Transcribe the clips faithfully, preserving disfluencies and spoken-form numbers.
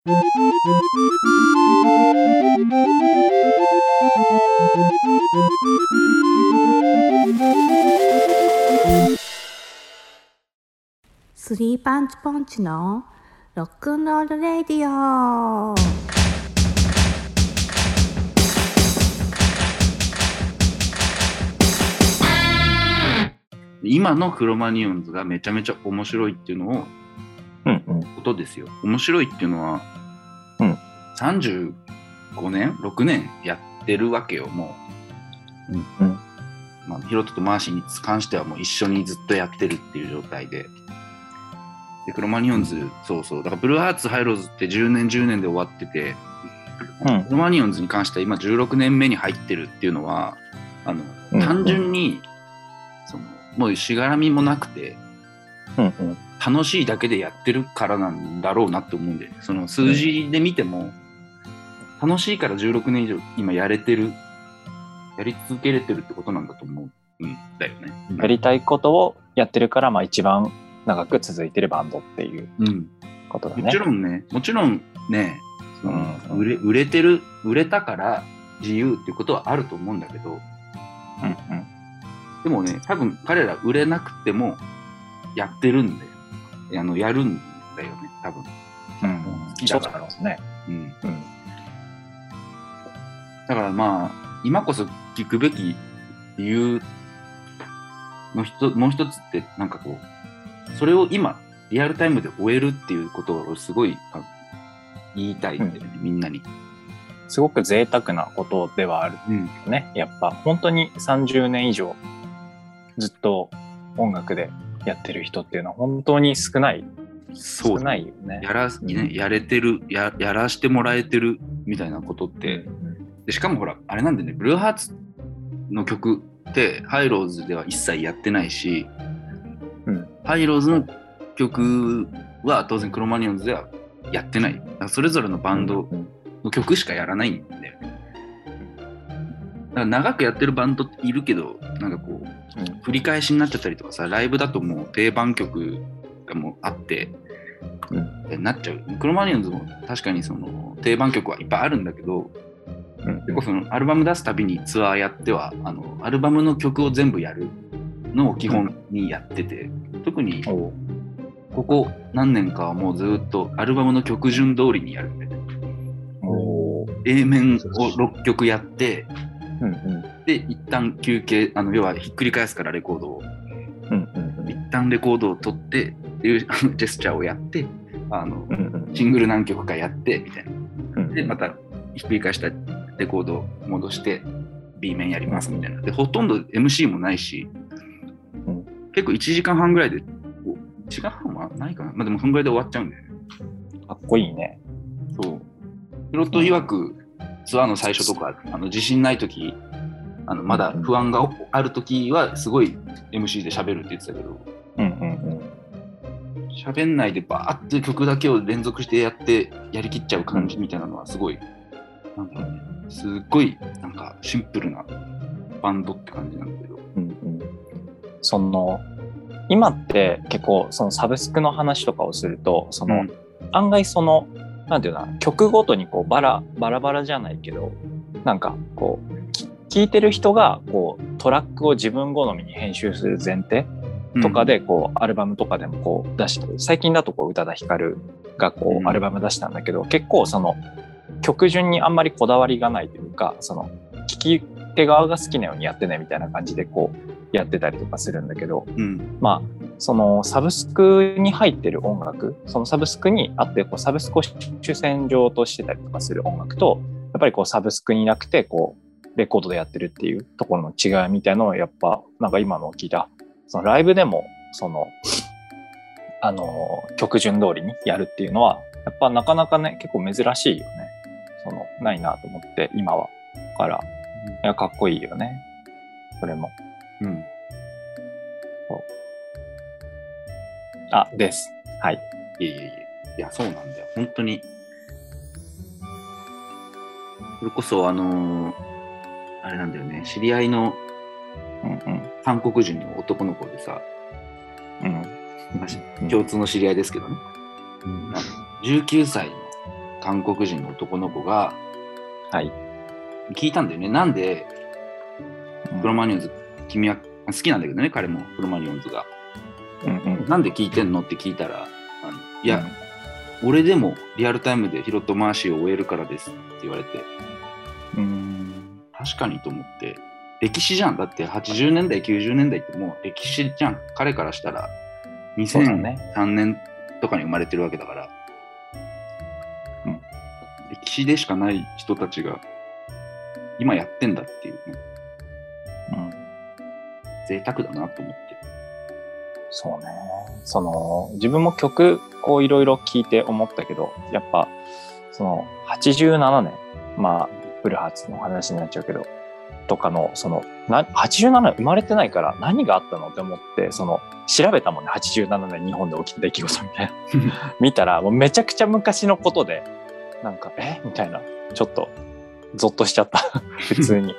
スリーパンチポンチのロックンロールレディオ。 今のクロマニヨンズがめちゃめちゃ面白いっていうのを、 うんうん、 ことですよ。面白いっていうのは、 うん、 さんじゅうごねんろくねんやってるわけよ。もう、 うんうん、 まあ、ヒロトとマーシーに関してはもう一緒にずっとやってるっていう状態で、でクロマニヨンズ、うん、そうそうだからブルーハーツハイローズってじゅうねんじゅうねんで終わってて、うん、クロマニヨンズに関しては今じゅうろくねんめに入ってるっていうのは、あの、うん、単純にそのもうしがらみもなくて、うんうん、楽しいだけでやってるからなんだろうなって思うんで、その数字で見ても、うん、楽しいからじゅうろくねん以上今やれてる、やり続けれてるってことなんだと思うんだよね。 やりたいことをやってるから、まあ一番長く続いてるバンドっていうことだね。 うん、もちろんね、もちろんね、そのうん、売れ、売れてる、売れたから自由っていうことはあると思うんだけど、うんうん、でもね、多分彼ら売れなくてもやってるんで、あのやるんだよね、多分。 うん、好きだからですね。 うんうん。だからまあ今こそ聞くべき理由の一もう一つってなんかこう、それを今リアルタイムで終えるっていうことをすごい言いたいんだよね、うん、みんなに。 すごく贅沢なことではあるよね、うん、やっぱ本当にさんじゅうねん以上ずっと音楽でやってる人っていうのは本当に少ない。 そう少ないよね。 やら、ね、やれてる や, やらしてもらえてるみたいなことって、うん、でしかもほらあれなんでね、ブルーハーツの曲ってハイローズでは一切やってないし、うん、ハイローズの曲は当然クロマニヨンズではやってない。だからそれぞれのバンドの曲しかやらないんだよね。だから長くやってるバンドっているけど、なんかこう、うん、繰り返しになっちゃったりとかさ、ライブだともう定番曲がもうあって、うん、なっちゃう。クロマニヨンズも確かにその定番曲はいっぱいあるんだけど、うん、結構そのアルバム出すたびにツアーやってはあのアルバムの曲を全部やるのを基本にやってて、うん、特にここ何年かはもうずっとアルバムの曲順通りにやるんで、ね、A 面をろっきょくやって、うんうん、で一旦休憩、あの要はひっくり返すからレコードを、うんうんうん、一旦レコードを取ってっていうあのジェスチャーをやって、あの、うんうん、シングル何曲かやってみたいな、うんうん、でまたひっくり返したレコードを戻して B 面やりますみたいな。でほとんど エムシー もないし、うん、結構いちじかんはんぐらいで、いちじかんはんはないかな、まあ、でもそんぐらいで終わっちゃうんだよね。 かっこいいね。 そう。ヒロト曰くツアーの最初とか、あの自信ないとき、あのまだ不安があるときはすごい エムシー で喋るって言ってたけど、うんうんうん、喋んないでバーって曲だけを連続してやってやりきっちゃう感じみたいなのはすごい、なんかね、すっごいなんかシンプルなバンドって感じなんだけど、うんうん、 その今って結構そのサブスクの話とかをすると、その、うん、案外そのなんていうの、曲ごとにこうバラバラバラじゃないけど、なんかこう聴いてる人がこうトラックを自分好みに編集する前提とかでこう、うん、アルバムとかでもこう出してる。最近だとこう宇多田ヒカルがこう、うん、アルバム出したんだけど、結構その曲順にあんまりこだわりがないというか、その聴き手側が好きなようにやってねみたいな感じでこうやってたりとかするんだけど、うん、まあそのサブスクに入ってる音楽、そのサブスクにあってこうサブスクを主戦場としてたりとかする音楽と、やっぱりこうサブスクになくてこうレコードでやってるっていうところの違いみたいなのをやっぱなんか今のを聞いた、そのライブでもそのあの曲順通りにやるっていうのはやっぱなかなかね結構珍しいよね。そのないなと思って今はから、いやかっこいいよねそれも。うん。そうあです。はい。 いやいやいやいやそうなんだよ本当に。それこそあのー、あれなんだよね、知り合いの、うんうん、韓国人の男の子でさ、うん、共通の知り合いですけどね、うん、じゅうきゅうさいの韓国人の男の子がはい。 聞いたんだよね。なんでクロマニオンズ、君は好きなんだけどね、彼もクロマニオンズが。 うんうん。 なんで聞いてんのって聞いたら、あのいや、俺でもリアルタイムでヒロとマーシーを終えるからですって言われて、 うん。 確かにと思って、歴史じゃん。だってはちじゅうねんだい、きゅうじゅうねんだいってもう歴史じゃん。彼からしたらにせんさんねんとかに生まれてるわけだから、うん、歴史でしかない人たちが今やってんだっていうね。うん。贅沢だなと思って。 そうね。その自分も曲こういろいろ聞いて思ったけど、やっぱそのはちじゅうななねん、まあブルーハーツの話になっちゃうけど、とかのそのなはちじゅうななねん生まれてないから何があったのって思って、その調べたもんね。はちじゅうななねん日本で起きた出来事みたいな見たらもうめちゃくちゃ昔のことで、なんかえみたいな、ちょっとゾッとしちゃった普通に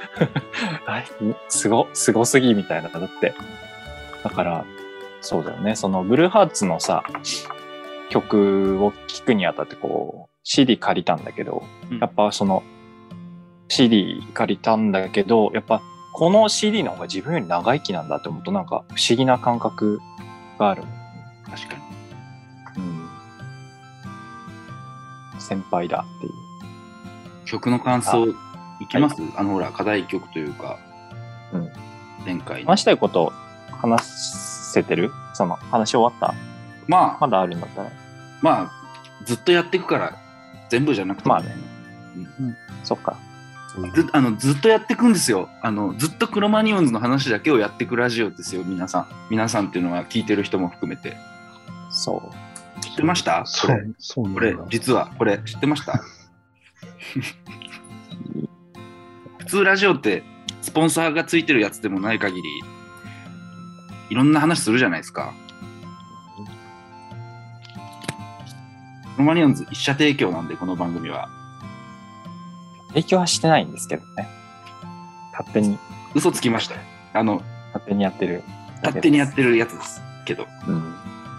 すごすごすぎみたいな。だってだからそうだよね。そのブルーハーツのさ曲を聴くにあたってこう シーディー 借りたんだけど、うん、やっぱその シーディー 借りたんだけど、やっぱこの シーディー の方が自分より長生きなんだって思うと、なんか不思議な感覚がある。 確かに。 うん。先輩だっていう。 曲の感想いきます？あ、はい、あのほら課題曲というか、 うん、 前回話したいこと話せてる？その話終わった？ まあまだあるんだったら。 まあずっとやっていくから全部じゃなくても、 まあね。うん。うん、そっか。 ず, あのずっとやっていくんですよ。あのずっとクロマニオンズの話だけをやっていくラジオですよ。皆さん皆さんっていうのは聞いてる人も含めて。 そう知ってました？ そう、そうなんだ。 これ実はこれ知ってました普通ラジオってスポンサーがついてるやつでもない限りいろんな話するじゃないですか。クロマニオンズ一社提供なんで、この番組は提供はしてないんですけどね。勝手に。 嘘つきました。あの勝手にやってる。 勝手にやってるやつですけど。うん。うん、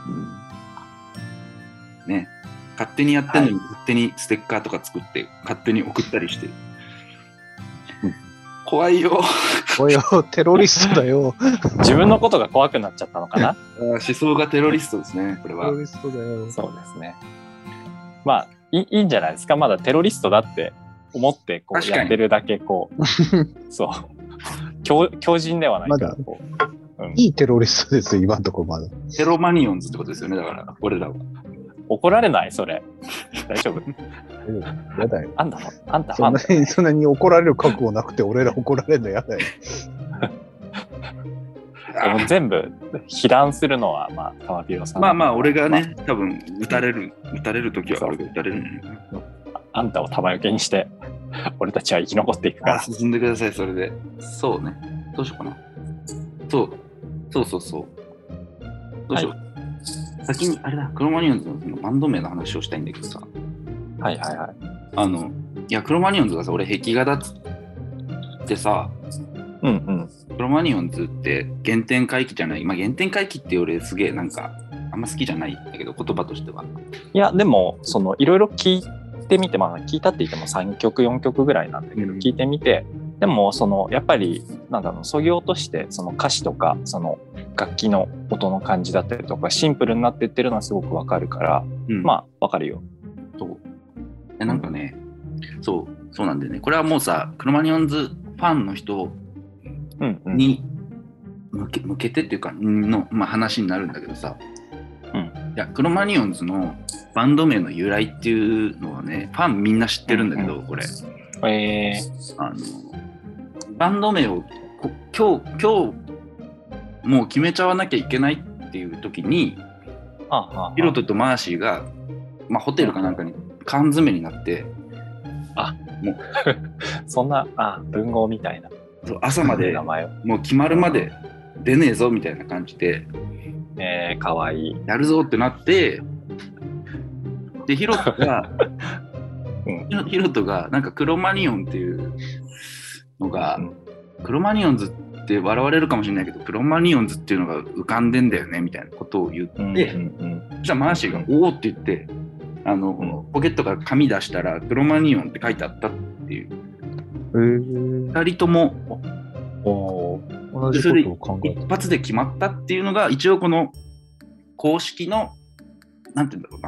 ね。勝手にやってるのに、はい、勝手にステッカーとか作って勝手に送ったりしてる。うん、怖いよ。 怖いよ。テロリストだよ。 自分のことが怖くなっちゃったのかな。 思想がテロリストですね。これは。 テロリストだよ。 そうですね。まあい い, いいんじゃないですか。まだテロリストだって思ってこうやってるだけこうそう 強, 強靭ではないからこう、まうん、いいテロリストですよ今のところまだ。 テロマニオンズってことですよね。だから俺らは怒られないそれ大丈夫？ やだよ。 あんたあんたそんなにそんなに怒られる覚悟なくて俺ら怒られるのやだよ。 全部被弾するのはまあ川広さん。 まあまあ俺がね、まあ、多分撃たれる撃たれる時は俺が撃たれるんじゃないかな。 あんたを弾よけにして俺たちは生き残っていくから。 進んでください。それで。そうね。どうしようかな。そうそうそうそう。どうしよう。はい、先にあれだ、クロマニオンズのバンド名の話をしたいんだけどさ。 はいはいはい。 あのいやクロマニオンズがさ、俺壁画だっつってさ。 うんうん。 クロマニオンズって原点回帰じゃない。まあ原点回帰って俺すげえなんかあんま好きじゃないんだけど言葉としては。 いやでもそのいろいろ聞いてみて、まあ聞いたって言ってもさんきょくよんきょくぐらいなんだけど、うん、聞いてみて、でもそのやっぱりなんだろう、そぎ落としてその歌詞とかその楽器の音の感じだったりとかシンプルになっていってるのはすごくわかるから、うん、まあわかるよ。 そうえなんかね、うん、そうそうなんだよね。これはもうさクロマニオンズファンの人に向け、向けてっていうかの、まあ、話になるんだけどさ、うん、いやクロマニオンズのバンド名の由来っていうのはねファンみんな知ってるんだけど、うんうん、これ、 えー、 あのバンド名を今日今日もう決めちゃわなきゃいけないっていう時にヒロトとマーシーが、まあ、ホテルかなんかに缶詰になってあもうそんなあ文豪みたいな朝までもう決まるまで出ねえぞみたいな感じで、 えー、かわいいやるぞってなって、でヒロトが、うん、ヒロトがなんかクロマニオンっていうのが、うん、クロマニオンズって笑われるかもしれないけどクロマニオンズっていうのが浮かんでんだよねみたいなことを言って、うんうんうん、じゃあマーシーがおおって言ってあの、 うんポケットから紙出したらクロマニオンって書いてあったっていう。 へーふたりともお同じことを考え一発で決まったっていうのが一応この公式のなんて言うんだろうな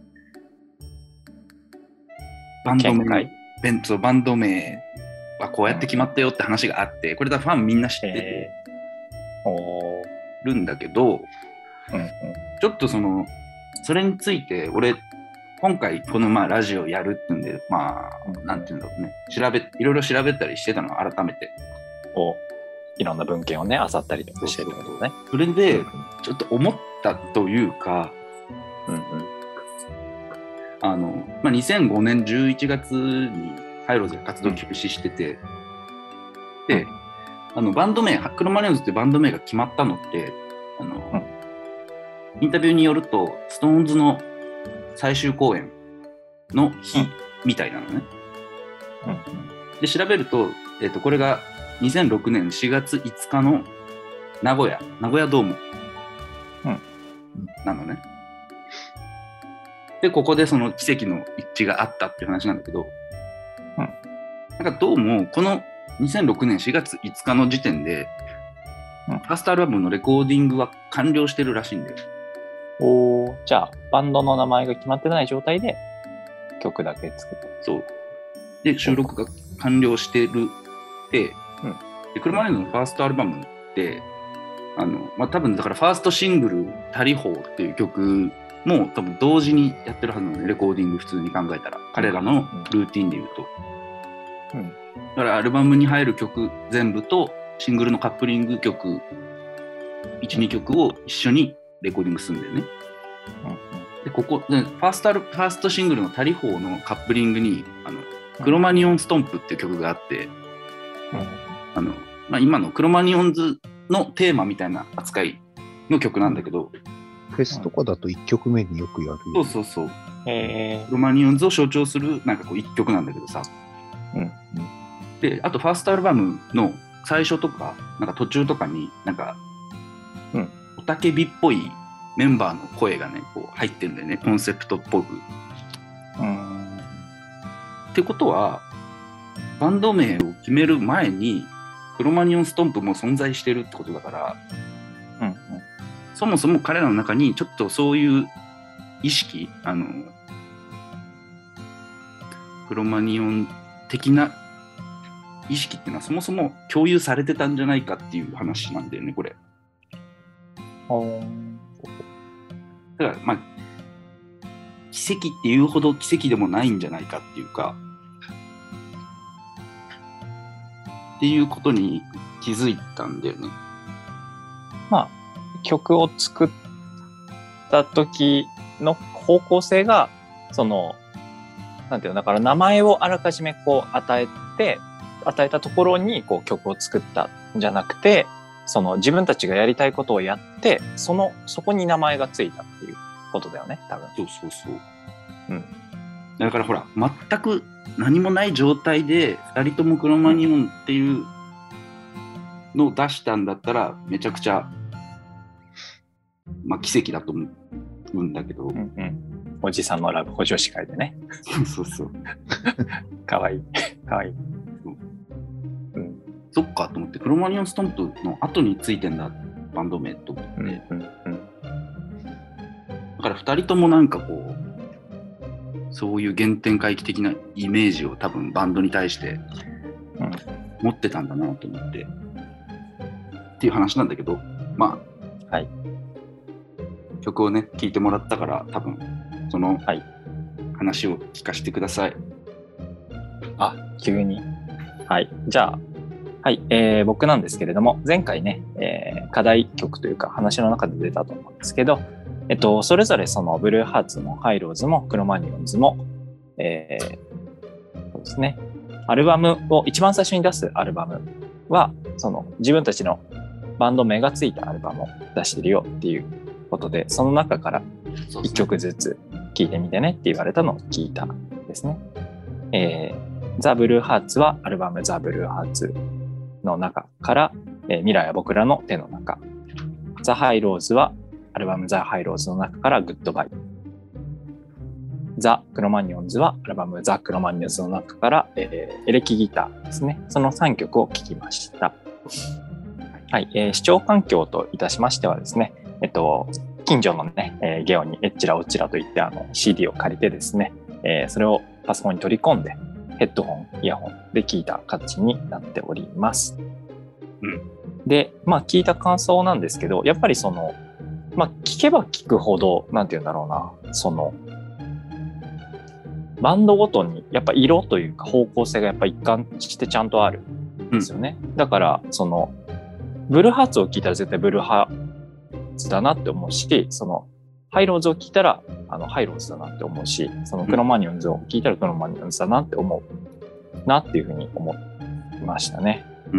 バンド名見解ベンツバンド名はこうやって決まったよって話があってこれだファンみんな知ってえー、おるんだけどうんうんちょっとそのそれについて俺今回このまあラジオやるってんでまあなんて言うんだろうね調べいろいろ調べたりしてたの改めておいろんな文献をね漁ったりとかしてるってことね。 それでちょっと思ったというかうんうんあの、まあ、にせんごねんじゅういちがつにハイローズが活動休止してて、で、あのバンド名、クロマニオンズってバンド名が決まったのって、あの、 うんインタビューによると、ストーンズの最終公演の日みたいなのね。 うんで、調べると、えっと、これがにせんろくねんしがついつかの名古屋、名古屋ドームうんなのね。で、ここでその奇跡の一致があったっていう話なんだけど、 うんなんかどうもこのにせんろくねんしがついつかの時点で、 うんファーストアルバムのレコーディングは完了してるらしいんだよ。 おーじゃあバンドの名前が決まってない状態で曲だけ作った。 そう。で、収録が完了してるって、 うんで、クロマニオンズのファーストアルバムって、あの、まあ、多分だからファーストシングル、タリホーっていう曲も多分同時にやってるはずなのね、レコーディング普通に考えたら。彼らのルーティンで言うと。 うんだからアルバムに入る曲全部とシングルのカップリング曲いち、にきょくを一緒にレコーディングするんだよね。でここでファーストアルファーストシングルのタリホーのカップリングにあのクロマニオンストンプっていう曲があって、あのまあ、今のクロマニオンズのテーマみたいな扱いの曲なんだけど、 フェスとかだといっきょくめによくやる。 そうそうそうえクロマニオンズを象徴するなんかこういっきょくなんだけどさ、 ーうんであとファーストアルバムの最初とかなんか途中とかになんか、 うんおたけびっぽいメンバーの声がねこう入ってるんだよね、コンセプトっぽく。 うんってことはバンド名を決める前にクロマニオンストンプも存在してるってことだから、 うんうんそもそも彼らの中にちょっとそういう意識、あのクロマニオン的な意識っていうのはそもそも共有されてたんじゃないかっていう話なんだよね、これ。 おーだからまあ奇跡っていうほど奇跡でもないんじゃないかっていうかっていうことに気づいたんだよね。 まあ曲を作った時の方向性がそのなんていうのだから名前をあらかじめこう与えて与えたところにこう曲を作ったんじゃなくて、その自分たちがやりたいことをやってそのそこに名前がついたっていうことだよね多分。 そうそうそう。 うん。 だからほら全く何もない状態でふたりともクロマニオンっていうのを出したんだったらめちゃくちゃまあ奇跡だと思うんだけど、 うんうん。おじさんのラブホ女子会でね。 そうそうそう。 かわいいかわいい。うんそっかと思ってクロマニオンストンプの後についてんだバンド名と思って、 うんうんうん。 だからふたりともなんかこうそういう原点回帰的なイメージを多分バンドに対してうん持ってたんだなと思ってっていう話なんだけど、まあ、 はい、 曲をね聴いてもらったから多分そのはい話を聞かせてください。 あ、急に。はい。じゃあ、はい、えー、僕なんですけれども、前回ね、えー課題曲というか話の中で出たと思うんですけど、えっと、それぞれそのブルーハーツもハイローズもクロマニオンズも、えー、そうですね、アルバムを一番最初に出すアルバムは、その自分たちのバンド名がついたアルバムを出してるよっていうことで、その中からいっきょくずつ聴いてみてねって言われたのを聞いたんですね。えー、ザ・ブルーハーツはアルバムザ・ブルーハーツの中から、えー、未来は僕らの手の中。ザ・ハイローズはアルバムザ・ハイローズの中からグッドバイ。 ザ・クロマニヨンズはアルバムザ・クロマニヨンズの中から、えーエレキギターですね。そのさんきょくを聴きました。はい、えー視聴環境といたしましてはですね、えっと、近所のね、えーゲオにえっちらおっちらといってあの シーディー を借りてですね、えーそれをパソコンに取り込んでヘッドホン、イヤホンで聴いた形になっております。 うん、 で、まあ聞いた感想なんですけど、やっぱりその、まあ聞けば聞くほど、なんて言うんだろうな、その、バンドごとにやっぱ色というか方向性がやっぱ一貫してちゃんとあるんですよね。うん、だから、その、ブルーハーツを聞いたら絶対ブルーハーツだなって思うし、その、ハイローズを聞いたらあのハイローズだなって思うし、そのクロマニヨンズを聞いたらクロマニヨンズだなって思うなっていうふうに思いましたね。 うん、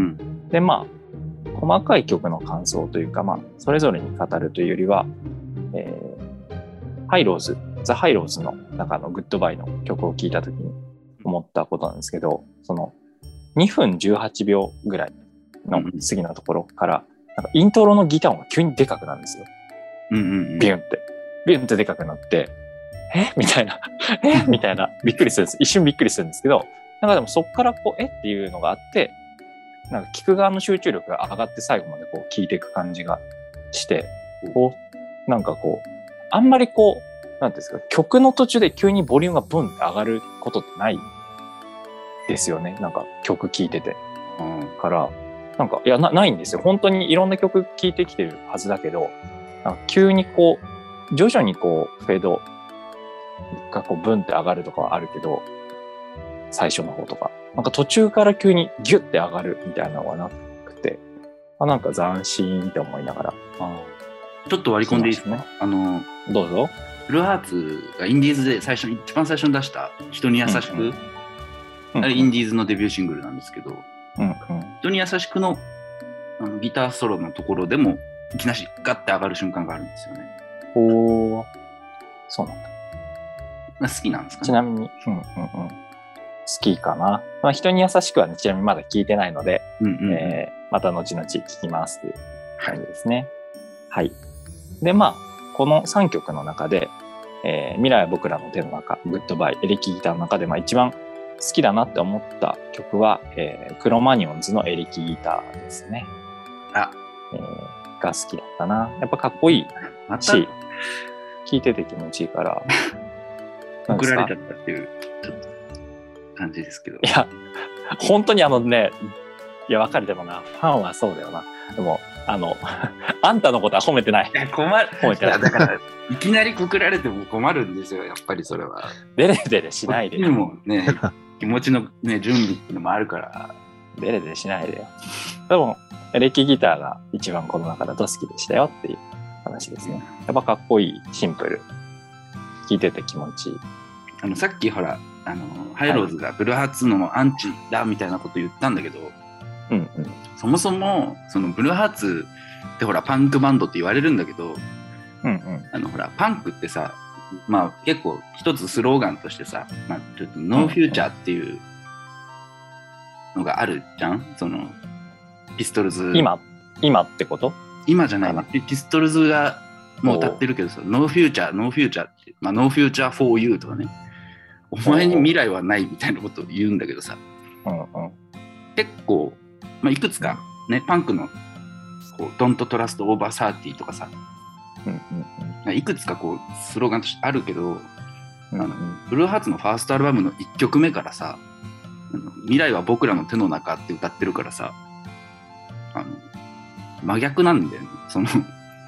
で、まあ、細かい曲の感想というか、まあ、それぞれに語るというよりは、えー、ハイローズ、ザ・ハイローズの中のグッドバイの曲を聴いたときに思ったことなんですけど、そのにふんじゅうはちびょうぐらいの次のところから、なんかイントロのギター音が急にでかくなるんですよ。 うんうんうん、 ビュンって。ビュンってでかくなって、えみたいな。えみたいな。びっくりするんです。一瞬びっくりするんですけど、なんかでもそっからこう、えっていうのがあって、なんか聞く側の集中力が上がって最後までこう聞いていく感じがして、こう、なんかこう、あんまりこう、なんていうんですか、曲の途中で急にボリュームがブンって上がることってないですよね。なんか曲聴いてて。うん、から、なんか、いやな、ないんですよ。本当にいろんな曲聴いてきてるはずだけど、なんか急にこう、徐々にこう、フェードがこう、ブンって上がるとかはあるけど、最初の方とか。なんか途中から急にギュッて上がるみたいなのはなくて、あ、なんか斬新って思いながら。あちょっと割り込んでいいですね。あの、 どうぞ。 ブルーハーツがインディーズで最初、一番最初に出した人に優しく、うんうん、あれインディーズのデビューシングルなんですけど、うんうん、人に優しくの、あのギターソロのところでもいきなりガッて上がる瞬間があるんですよね。 おー、そうなんだ。 好きなんですかね。 ちなみに、うんうんうん、好きかな。まあ、人に優しくはね、ちなみにまだ聞いてないので、うんうんうん、えー、また後々聞きますという感じですね。はい。で、まあ、このさんきょくの中で、えー、未来は僕らの手の中、グッドバイ、エレキギターの中で、まあ、一番好きだなって思った曲は、えー、クロマニヨンズのエレキギターですね。 あ、 えー、が好きだったな。やっぱかっこいいし、聴いてて気持ちいいから。 送られちゃったっていう、ちょっと感じですけど。 いや、本当にあのね、いや、わかる。でもな、ファンはそうだよな。でも、あの、あんたのことは褒めてない。 いや、困る。褒めてない。だから、いきなり告られても困るんですよ、やっぱりそれは。 デレデレしないでよ。 でもね、気持ちの、ね、準備っていうのもあるから。 デレデレしないでよ。でも、エレキギターが一番この中だと好きでしたよっていう話ですね。やっぱかっこいい、シンプル。聴いてて気持ちいい。 あの、さっきほら、あの、ハイローズがブルーハーツのアンチだみたいなこと言ったんだけど、 うんうん、 そもそもそのブルーハーツってほらパンクバンドって言われるんだけど、 うんうん、 あのほらパンクってさ、まあ結構一つスローガンとしてさ、まあ、ちょっとノーフューチャーっていうのがあるじゃん、そのピストルズ。 今今ってこと？ 今じゃないな。ピストルズがもう歌ってるけどさ、ノーフューチャーノーフューチャーって、まあノーフューチャーフォーユーとかね、お前に未来はないみたいなことを言うんだけどさ、 うんうん、 結構まあ、いくつかね、パンクのこう Don't Trust Over サーティーとかさ、うんうんうん、いくつかこうスローガンとしてあるけど、うんうん、あのブルーハーツのファーストアルバムのいっきょくめからさ、あの未来は僕らの手の中って歌ってるからさ、あの真逆なんだよね。その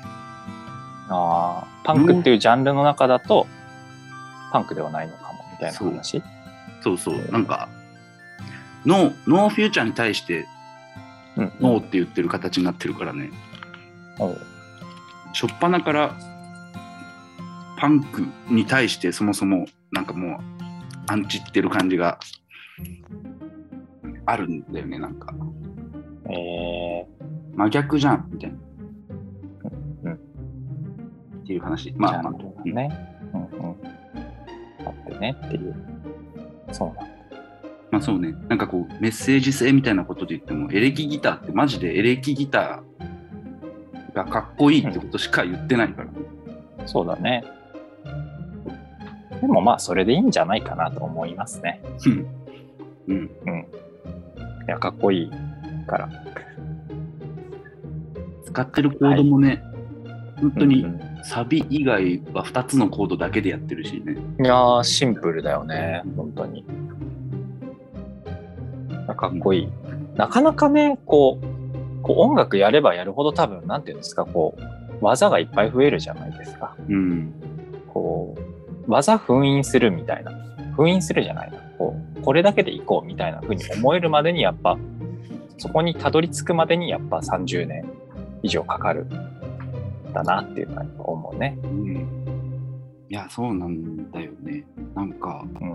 あパンクっていうジャンルの中だとパンクではないのかもみたいな話。 そうそうそう、なんかノー、ノーフューチャーに対してノーって言ってる形になってるからね、うん、しょっぱなからパンクに対してそもそもなんかもうアンチってる感じがあるんだよね。なんか、えー、真逆じゃんみたいな、うんうん、っていう話。まあまあね、うんうん、あってねっていう。そうなんだ。 まあそうね、なんかこうメッセージ性みたいなことで言ってもエレキギターってマジでエレキギターがかっこいいってことしか言ってないからね、 うん、そうだね。 でもまあそれでいいんじゃないかなと思いますね。 うんうんうん。いやかっこいいから。 使ってるコードもね、本当にうんサビ以外はふたつのコードだけでやってるしね。 いやーシンプルだよね本当に。かっこいい。なかなかねこう、こう音楽やればやるほど多分なんていうんですかこう技がいっぱい増えるじゃないですか。 うんこう技封印するみたいな封印するじゃないなこうこれだけでいこうみたいな風に思えるまでにやっぱそこにたどり着くまでにやっぱさんじゅうねん以上かかるんだなっていうのは思うね。 うんいやそうなんだよね。なんか、 うんうん、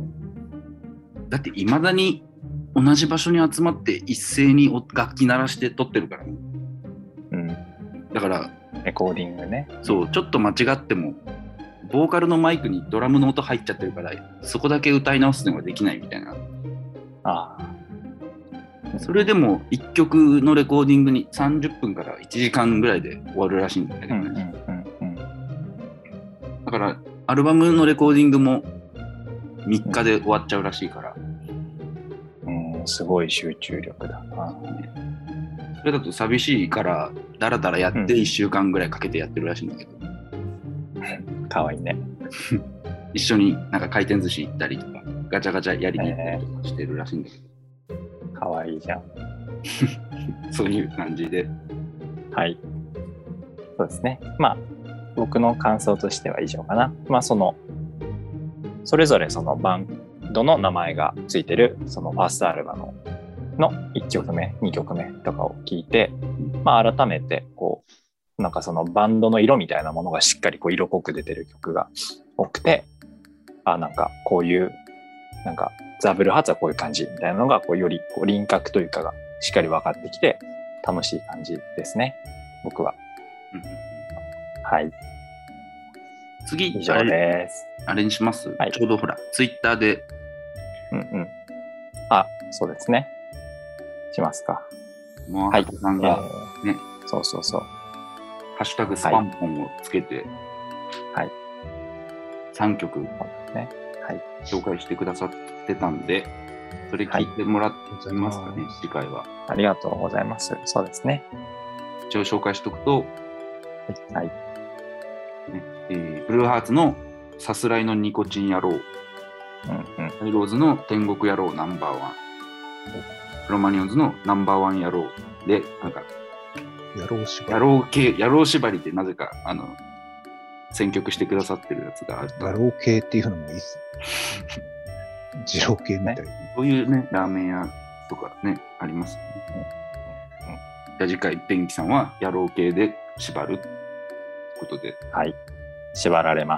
だっていまだに同じ場所に集まって一斉に楽器鳴らして撮ってるからね。 うん、 だからレコーディングね。 そうちょっと間違ってもボーカルのマイクにドラムの音入っちゃってるからそこだけ歌い直すのができないみたいな。 ああそれでもいっきょくのレコーディングにさんじゅっぷんからいちじかんぐらいで終わるらしいんだけどね。 うんうんうんうんだからアルバムのレコーディングもみっかで終わっちゃうらしいから、 うん、すごい集中力だな。 それだと寂しいからだらだらやっていっしゅうかんぐらいかけてやってるらしいんだけど、 かわいいね。 一緒になんか回転寿司行ったりとかガチャガチャやりに行ったりとかしてるらしいんだけど、 かわいいじゃん。 そういう感じで。 はい。そうですね。まあ僕の感想としては以上かな。まあそのそれぞれそのバンドの名前がついてるそのファーストアルバムのいっきょくめ、にきょくめとかを聞いて、まあ改めてこうなんかそのバンドの色みたいなものがしっかりこう色濃く出てる曲が多くて、あなんかこういうなんかザブルハーツはこういう感じみたいなのがこうよりこう輪郭というかがしっかり分かってきて楽しい感じですね。僕は。はい。 次以上です。 あれにします、 はい、 ちょうどほらツイッターでうんうんあそうですねしますか。 もうはいさんがね、 えー、そうそうそうハッシュタグスパンポンをつけて、 はい、 さんきょく紹介してくださってたんで、それ聞いてもらってますかね、はい、次回は。 ありがとうございます。そうですね。 一応紹介しておくと、 はいねえー、ブルーハーツのさすらいのニコチン野郎、うんうん、ハイローズの天国野郎ナンバーワン、クロマニオンズのナンバーワン野郎で、なんか野郎縛り野郎系野郎縛りってなぜかあの選曲してくださってるやつがある。 野郎系っていうのもいいっすね。二郎系みたいな、 ね、そういうねラーメン屋とかねありますよね。うんうん、じゃあ次回ペンキさんは野郎系で縛るということで、 はい縛られます。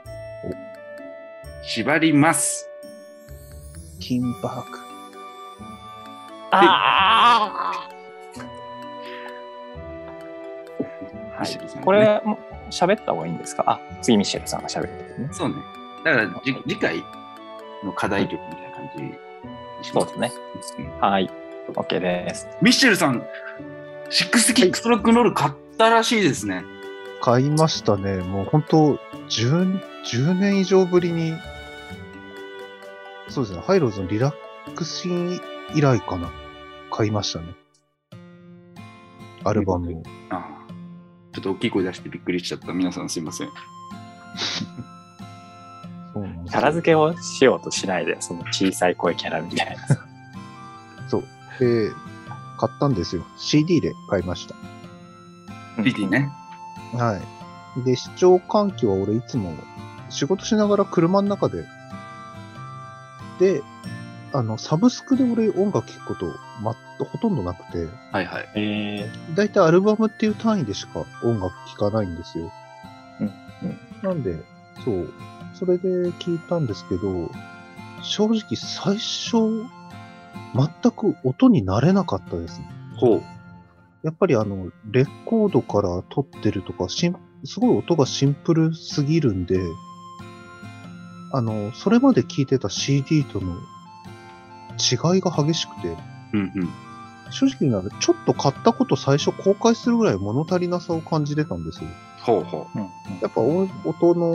縛ります。 キンバーク。 ああ。はい。ね、これも喋った方がいいんですか。あ、次ミシェルさんが喋るんですね。 そうね。だからじ次回の課題曲みたいな感じにします。 そうですね。うん、はい。OK です。 ミシェルさん、シックスキックスロックンロール買ったらしいですね。 買いましたね。もう本当じゅう、じゅうねん以上ぶりに、そうですね、ハイローズのリラックスシーン以来かな。買いましたね。アルバムを。 ああ、ちょっと大きい声出してびっくりしちゃった。皆さんすいません。 そうなんです。 キャラ付けをしようとしないで、その小さい声キャラみたいな。 そう。で、買ったんですよ。シーディー で買いました。 シーディー ね。 はい。で、視聴環境は俺いつも仕事しながら車の中で、で、あの、サブスクで俺音楽聴くこと、ま、ほとんどなくて、 はいはい。 えー、だいたいアルバムっていう単位でしか音楽聴かないんですよ。 うんうん、 なんで、そう、それで聞いたんですけど、正直最初、全く音に慣れなかったですね。 ほう。 やっぱりあの、レコードから撮ってるとか、しんすごい音がシンプルすぎるんで、あの、それまで聴いてた シーディー との違いが激しくて、 うんうん、 正直ならちょっと買ったこと最初後悔するぐらい物足りなさを感じてたんですよ。 ほうほう。 やっぱ音の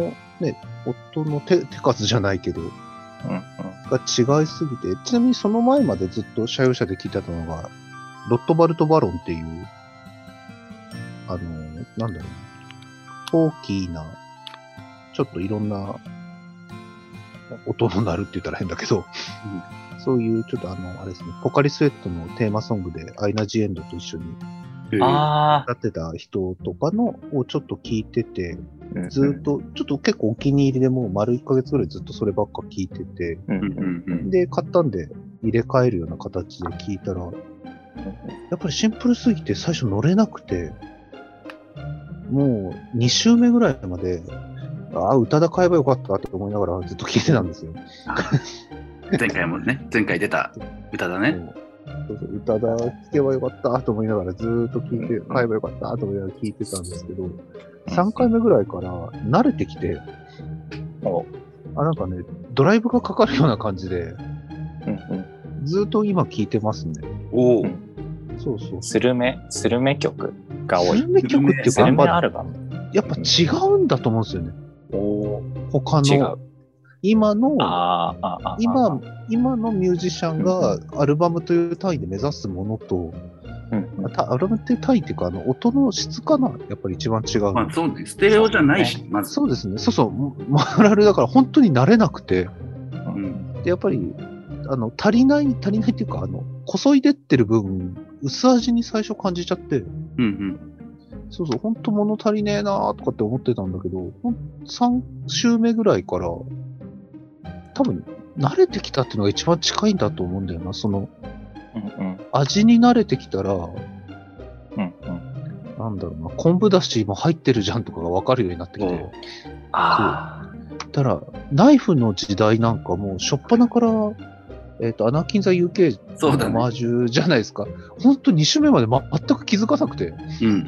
ね、音の手手数じゃないけど、 うんうんが違いすぎて、ちなみにその前までずっと社用車で聞いてたのが、ロットバルト・バロンっていう、あの、なんだろうな、大きな、ちょっといろんな音の鳴るって言ったら変だけど、うん、そういうちょっとあの、あれですね、ポカリスエットのテーマソングでアイナ・ジ・エンドと一緒に歌ってた人とかのをちょっと聞いてて、ずっと、ちょっと結構お気に入りでもう丸いっかげつぐらいずっとそればっか聞いてて、で、買ったんで入れ替えるような形で聞いたら、やっぱりシンプルすぎて最初乗れなくて、もうに週目ぐらいまで、ああ、宇多田買えばよかったと思いながらずっと聞いてたんですよ。 前回もね、前回出た宇多田ね。 そうそう、宇多田聞けばよかったと思いながらずーっと聞いて、買えばよかったと思いながら聞いてたんですけど、さんかいめぐらいから慣れてきて、あ、なんかね、ドライブがかかるような感じで、ずーっと今聞いてますね。 おお。 そうそう。 スルメ、スルメ曲が多い。 スルメ曲っていうか、 スルメアルバム。 やっぱ違うんだと思うんですよね。 お他の。違う。今の、 あああ今、今のミュージシャンがアルバムという単位で目指すものと、うんうん、アルバムっていう単位っていうか、あの音の質かな、やっぱり一番違う。 まあそうね、ステレオじゃないし、まず。 そうですね、そうそう、マラルだから本当に慣れなくて、うん、でやっぱりあの足りない、足りないっていうか、あのこそいでってる分、薄味に最初感じちゃって、うんうん、そうそう、本当物足りねえなーとかって思ってたんだけど、さん週目ぐらいから、多分慣れてきたっていうのが一番近いんだと思うんだよな。その、うんうん、味に慣れてきたら、うんうん、なんだろうな、昆布だしも入ってるじゃんとかが分かるようになってきて、うん、あだからナイフの時代なんかもう初っ端から、えっと、アナーキン・ザ・ ユーケー のオマージュじゃないですか。本当に週目まで、ま、全く気づかなくて、うんうんうん、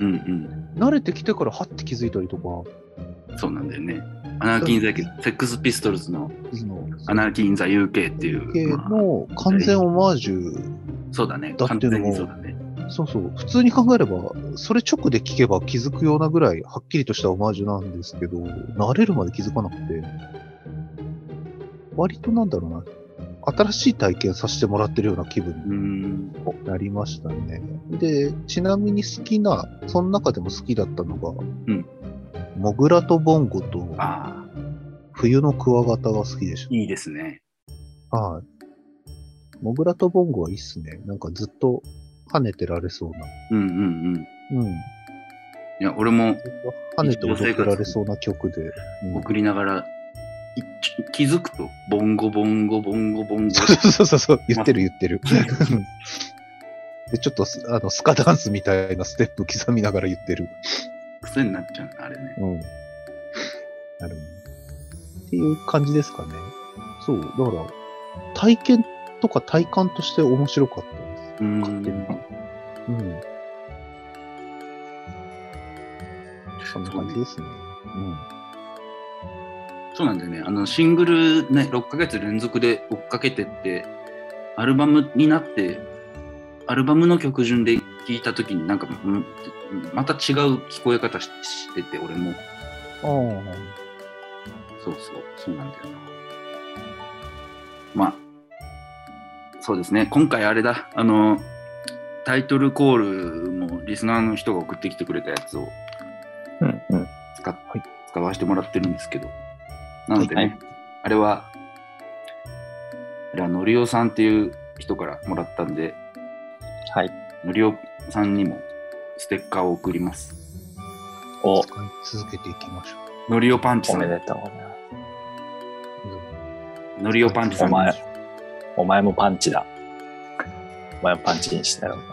慣れてきてからはって気づいたりとか。 そうなんだよね。アナーキー・イン・ザ・ユーケー、セックス・ピストルズのアナーキー・イン・ザ・ユーケーっていう。 の完全オマージュそうだね。 だっていうのも、 そうだね。 そうそう。普通に考えれば、それ直で聞けば気づくようなぐらいはっきりとしたオマージュなんですけど、慣れるまで気づかなくて、割となんだろうな、新しい体験させてもらってるような気分になりましたね。で、ちなみに好きな、その中でも好きだったのが、うん、モグラとボンゴと、あ冬のクワガタが好きでした。 いいですね。 はい。モグラとボンゴはいいっすね。なんかずっと跳ねてられそうな。 うんうんうん。うん。いや、俺も跳ねて踊ってられそうな曲で。 うん、送りながら、気づくと、ボンゴボンゴボンゴボンゴ。 そうそうそうそう、言ってる言ってる。で、ちょっとあのスカダンスみたいなステップ刻みながら言ってる。 癖になっちゃうあれね。うん。 なるほど。っていう感じですかね。そう。だから、体験とか体感として面白かったです。うん。勝手に。うん。そんな感じですね。うん。 そうなんだよね。あの、シングルね、ろっかげつ連続で追っかけてって、アルバムになって、アルバムの曲順で聴いたときになんか、また違う聞こえ方してて、俺も。ああ。そうそう、そうなんだよな。まあ、そうですね。今回あれだ、あの、タイトルコールもリスナーの人が送ってきてくれたやつを使っ、うんうん、使わせてもらってるんですけど。なのでね、はい、あれは、あれはのりおさんっていう人からもらったんで、はい。のりおさんにもステッカーを送ります。 お使い続けていきましょう。のりおパンチさん。 おめでとうございます。 のりおパンチさん。 お前、お前もパンチだ。お前もパンチにしたよ。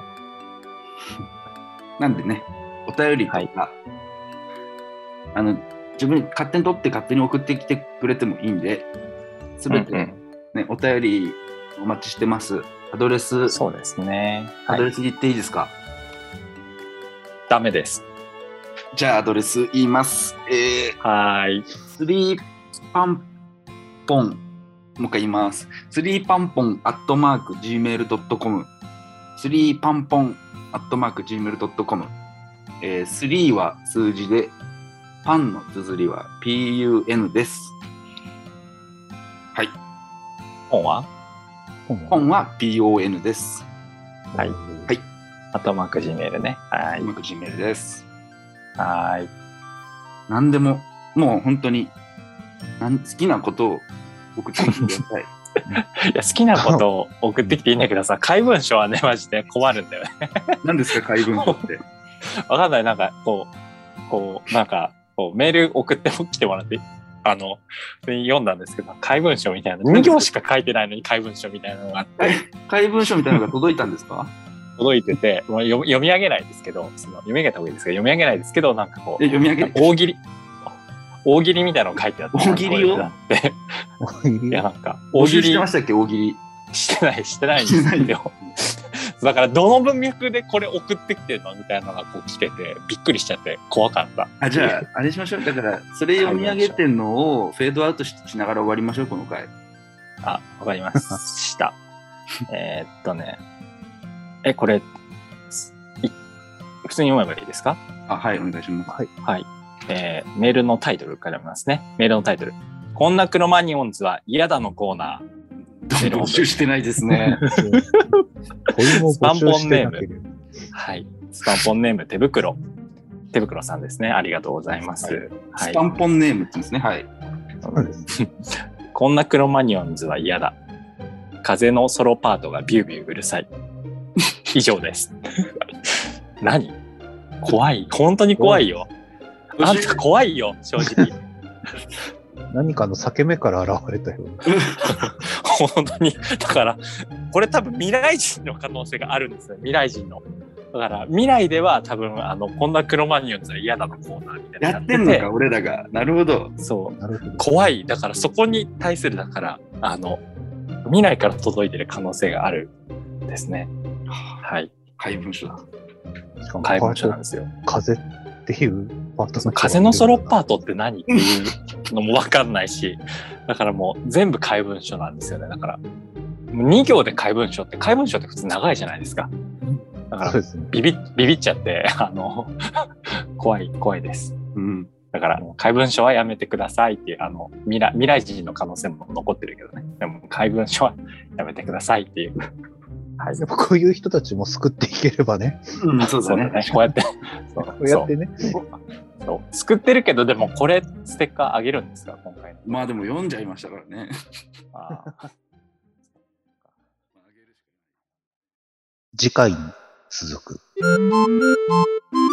なんでね、お便りとか、はい、あの、自分勝手に取って勝手に送ってきてくれてもいいんで、すべて、ね、うんうん、お便りお待ちしてます。アドレス、 そうですね。 アドレス言っていいですか？はい、 ダメです。 じゃあアドレス言います。えー、 はい。 スリーパンポン、もう一回言います。スリーパンポンアットマーク ジーメールドットコム。スリーパンポンアットマーク ジーメールドットコム。えー、スリーは数字で、 パンの綴りは ピーユーエヌ です。はい。 本は本は ピーオーエヌ です。 はい。 はい。 あとマーク Gmail ね。はうまく Gmail です。 はい。 何でも、もう本当に、なん好きなことを送ってきてください。 いや好きなことを送ってきていいんだけどさ、怪文書はね、マジで困るんだよね。 何ですか、怪文書って。 わかんない、なんか、こう、こう、なんか、こう、メール送ってきてもらって、あの、普通に読んだんですけど、怪文書みたいな、に行しか書いてないのに怪文書みたいなのがあって、 怪文書みたいなのが届いたんですか？ 届いてて、まあ、読読み上げないですけど、その読み上げた方がいいですけど、読み上げないですけど、なんかこう、 え読み上げ大喜利、大喜利みたいなの書いてあって、 大喜利をあっていや、なんか、 大喜利してましたっけ、大喜利。 してない、してないんですよ。だから、どの文脈でこれ送ってきてるのみたいなのがこう来てて、びっくりしちゃって怖かった。 あ、じゃあ、あれしましょう。だから、それ読み上げてんのをフェードアウト し, しながら終わりましょう、この回。 あ、わかりました。えーっとね、え、これ、い普通に読めばいいですか？ あ、はい、お願いします。 はい。 はい。えー、メールのタイトルから読みますね。メールのタイトル。こんなクロマニオンズは嫌だのコーナー。 募集してないですね。 問いも募集してなければ。 はい。スパンポンネーム手袋。手袋さんですね。ありがとうございます。はい、 スパンポンネームって言うんですね。はい。 こんなクロマニオンズは嫌だ。風のソロパートがビュービューうるさい。以上です。何？怖い。本当に怖いよ。あんた怖いよ、正直。 何かの裂け目から現れたような。 本当に。だから、これ多分未来人の可能性があるんですよ。未来人の。だから、未来では多分、あの、こんなクロマニオンズは嫌だのコーナーみたいなやってんのか、俺らが。なるほど。 そう。 なるほど。 怖い。だからそこに対する、だから、あの、未来から届いてる可能性があるですね。はい。 怪文書だ。 しかも怪文書なんですよ。 風っていうパートの風のソロパートって何っていうのも分かんないし、だからもう全部怪文書なんですよね。だからに行で怪文書って怪文書って普通長いじゃないですか。だからビビ、ビビっちゃってあの怖い怖いです。 うん。だから怪文書はやめてくださいっていうあの未来未来人の可能性も残ってるけどね。でも怪文書はやめてくださいっていう。 はい、やっぱこういう人たちも救っていければね。 うん、そうだね。 こうやって。 そうこうやってね。 そう。救ってるけど、でもこれステッカーあげるんですか、今回の。 まあでも読んじゃいましたからね。 あ次回に続く。